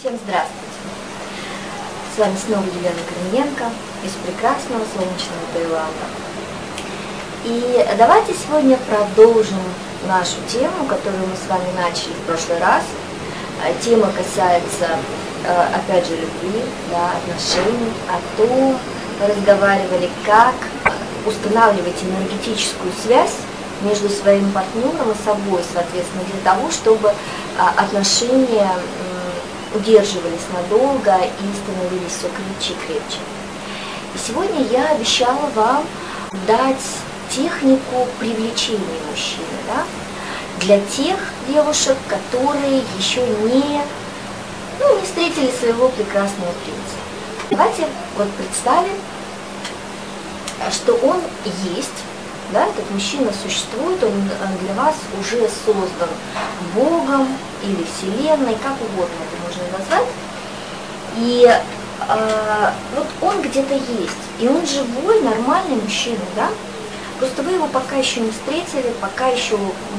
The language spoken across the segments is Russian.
Всем здравствуйте! С вами снова Елена Корниенко из прекрасного солнечного Таиланда. И давайте сегодня продолжим нашу тему, которую мы с вами начали в прошлый раз. Тема касается, опять же, любви, отношений, о том, мы разговаривали, как устанавливать энергетическую связь между своим партнером и собой, соответственно, для того, чтобы отношения удерживались надолго и становились все крепче и крепче. И сегодня я обещала вам дать технику привлечения мужчины, для тех девушек, которые еще не встретили своего прекрасного принца. Давайте представим, что он есть. Этот мужчина существует, он для вас уже создан Богом или Вселенной, как угодно это можно назвать. И он где-то есть, и он живой, нормальный мужчина, Просто вы его пока еще не встретили, пока еще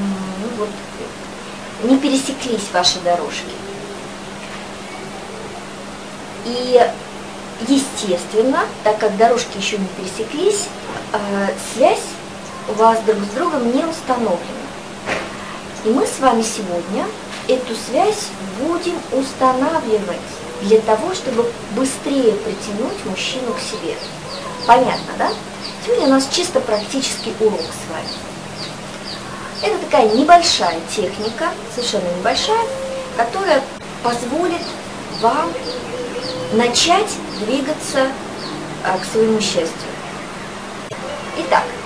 не пересеклись ваши дорожки. И естественно, так как дорожки еще не пересеклись, связь у вас друг с другом не установлена. И мы с вами сегодня эту связь будем устанавливать для того, чтобы быстрее притянуть мужчину к себе. Понятно, да? Сегодня у нас чисто практический урок с вами. Это такая небольшая техника, совершенно небольшая, которая позволит вам начать двигаться к своему счастью. Итак,